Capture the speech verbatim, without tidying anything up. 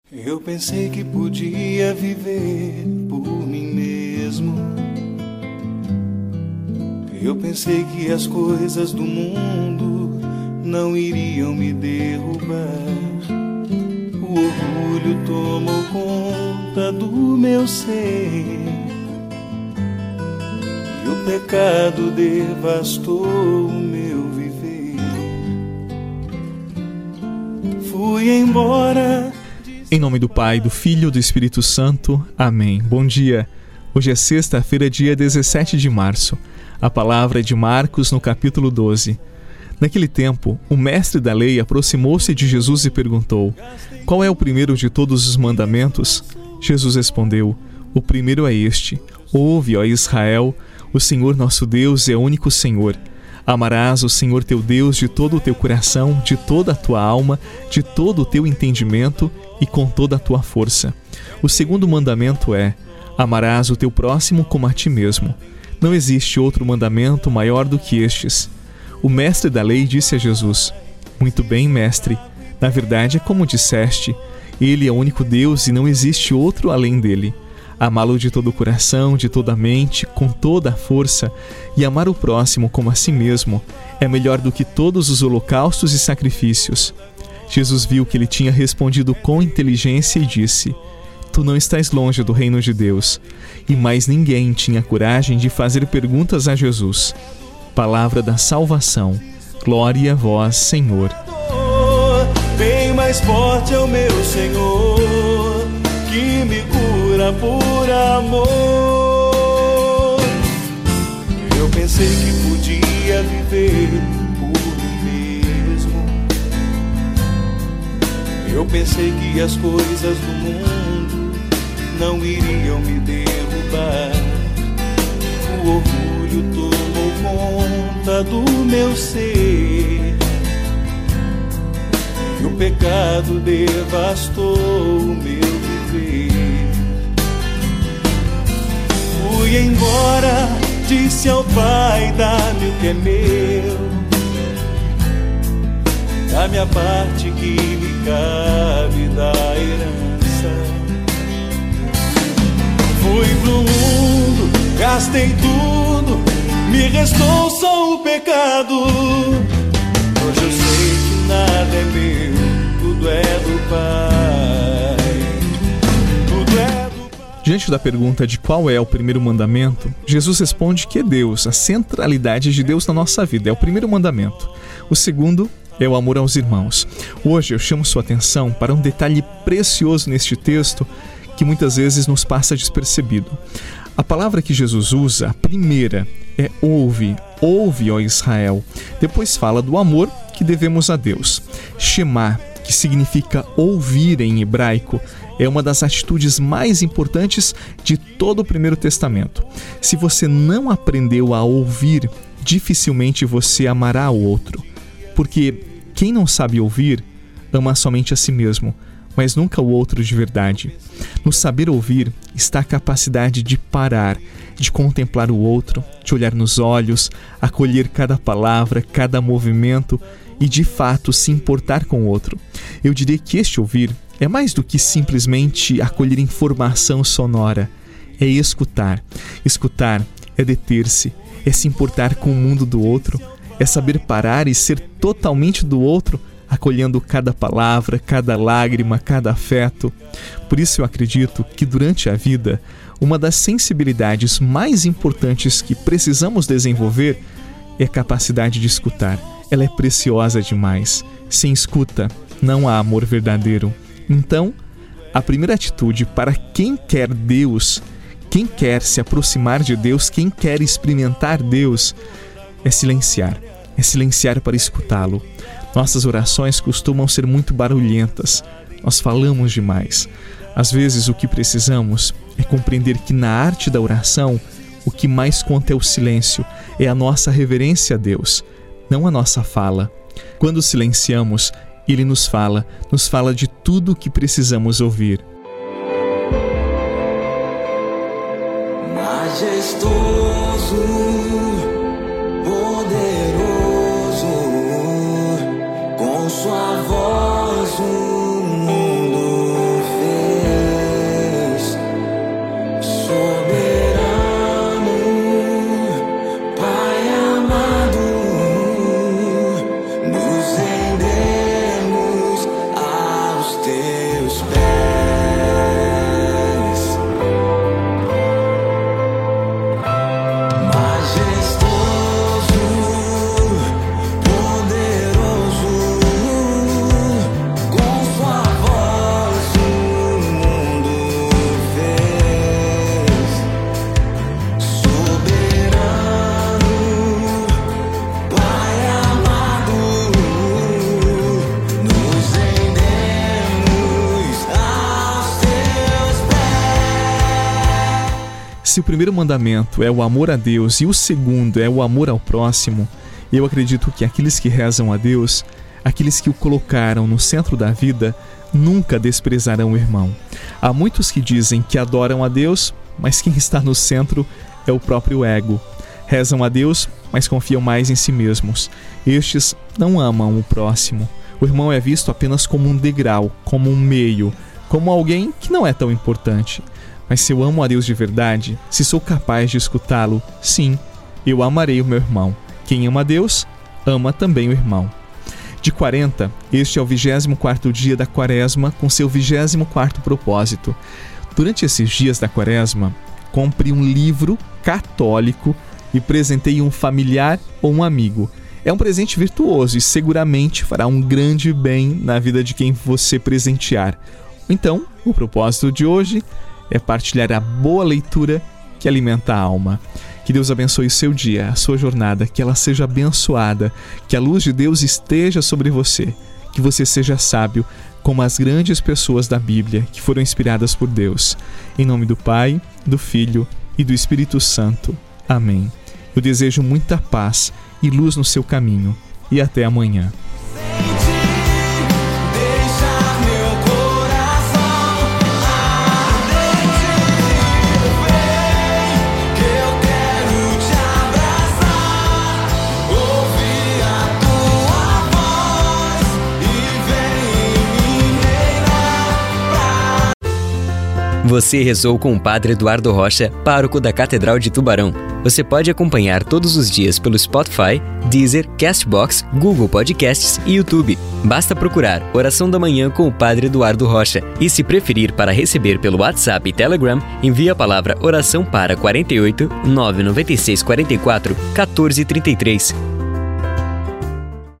Eu pensei que podia viver por mim mesmo. Eu pensei que as coisas do mundo não iriam me derrubar. O orgulho tomou conta do meu ser e o pecado devastou o meu viver. Fui embora. Em nome do Pai, do Filho e do Espírito Santo. Amém. Bom dia. Hoje é sexta-feira, dia dezessete de março. A palavra é de Marcos, no capítulo doze. Naquele tempo, o mestre da lei aproximou-se de Jesus e perguntou: qual é o primeiro de todos os mandamentos? Jesus respondeu: o primeiro é este: ouve, ó Israel, o Senhor nosso Deus é o único Senhor. Amarás o Senhor teu Deus de todo o teu coração, de toda a tua alma, de todo o teu entendimento e com toda a tua força. O segundo mandamento é: amarás o teu próximo como a ti mesmo. Não existe outro mandamento maior do que estes. O mestre da lei disse a Jesus: muito bem, mestre, na verdade é como disseste, ele é o único Deus e não existe outro além dele. Amá-lo de todo o coração, de toda a mente, com toda a força, e amar o próximo como a si mesmo é melhor do que todos os holocaustos e sacrifícios. Jesus viu que ele tinha respondido com inteligência e disse: tu não estás longe do reino de Deus. E mais ninguém tinha coragem de fazer perguntas a Jesus. Palavra da salvação. Glória a vós, Senhor. Bem mais forte é o meu Senhor, que me cura por amor. Eu pensei que podia viver por mim mesmo. Eu pensei que as coisas do mundo não iriam me derrubar. O orgulho tomou conta do meu ser e o pecado devastou o meu viver. Fui embora, disse ao Pai: dá-me o que é meu, dá-me a parte que me cabe da herança. Fui pro mundo, gastei tudo, me restou só o pecado. Hoje eu sei que nada é meu, tudo é do Pai, tudo é do Pai. Diante da pergunta de qual é o primeiro mandamento, Jesus responde que é Deus, a centralidade de Deus na nossa vida, é o primeiro mandamento. O segundo é o amor aos irmãos. Hoje eu chamo sua atenção para um detalhe precioso neste texto que muitas vezes nos passa despercebido. A palavra que Jesus usa, a primeira, é ouve, ouve, ó Israel. Depois fala do amor que devemos a Deus. Shema, que significa ouvir em hebraico, é uma das atitudes mais importantes de todo o Primeiro Testamento. Se você não aprendeu a ouvir, dificilmente você amará o outro. Porque quem não sabe ouvir, ama somente a si mesmo, mas nunca o outro de verdade. No saber ouvir está a capacidade de parar, de contemplar o outro, de olhar nos olhos, acolher cada palavra, cada movimento e de fato se importar com o outro. Eu diria que este ouvir é mais do que simplesmente acolher informação sonora, é escutar. Escutar é deter-se, é se importar com o mundo do outro, é saber parar e ser totalmente do outro, acolhendo cada palavra, cada lágrima, cada afeto. Por isso eu acredito que durante a vida, uma das sensibilidades mais importantes que precisamos desenvolver é a capacidade de escutar. Ela é preciosa demais. Sem escuta, não há amor verdadeiro. Então, a primeira atitude para quem quer Deus, quem quer se aproximar de Deus, quem quer experimentar Deus, é silenciar. É silenciar para escutá-lo. Nossas orações costumam ser muito barulhentas. Nós falamos demais. Às vezes o que precisamos é compreender que na arte da oração, o que mais conta é o silêncio, é a nossa reverência a Deus, não a nossa fala. Quando silenciamos, Ele nos fala, nos fala de tudo o que precisamos ouvir. Majestoso, poderoso, com sua voz o mundo fez. se o primeiro mandamento é o amor a Deus e o segundo é o amor ao próximo, eu acredito que aqueles que rezam a Deus, aqueles que o colocaram no centro da vida, nunca desprezarão o irmão. Há muitos que dizem que adoram a Deus, mas quem está no centro é o próprio ego. Rezam a Deus, mas confiam mais em si mesmos. Estes não amam o próximo. O irmão é visto apenas como um degrau, como um meio, como alguém que não é tão importante. Mas se eu amo a Deus de verdade, se sou capaz de escutá-lo, sim, eu amarei o meu irmão. Quem ama a Deus, ama também o irmão. De quarenta, este é o vigésimo quarto dia da Quaresma, com seu vigésimo quarto propósito. Durante esses dias da Quaresma, compre um livro católico e presenteie um familiar ou um amigo. É um presente virtuoso e seguramente fará um grande bem na vida de quem você presentear. Então, o propósito de hoje é partilhar a boa leitura que alimenta a alma. Que Deus abençoe o seu dia, a sua jornada, que ela seja abençoada, que a luz de Deus esteja sobre você, que você seja sábio como as grandes pessoas da Bíblia que foram inspiradas por Deus. Em nome do Pai, do Filho e do Espírito Santo. Amém. Eu desejo muita paz e luz no seu caminho. E até amanhã. Você rezou com o Padre Eduardo Rocha, pároco da Catedral de Tubarão. Você pode acompanhar todos os dias pelo Spotify, Deezer, Castbox, Google Podcasts e YouTube. Basta procurar Oração da Manhã com o Padre Eduardo Rocha. E se preferir para receber pelo WhatsApp e Telegram, envie a palavra oração para quarenta e oito, nove nove seis, quarenta e quatro, quatorze, trinta e três.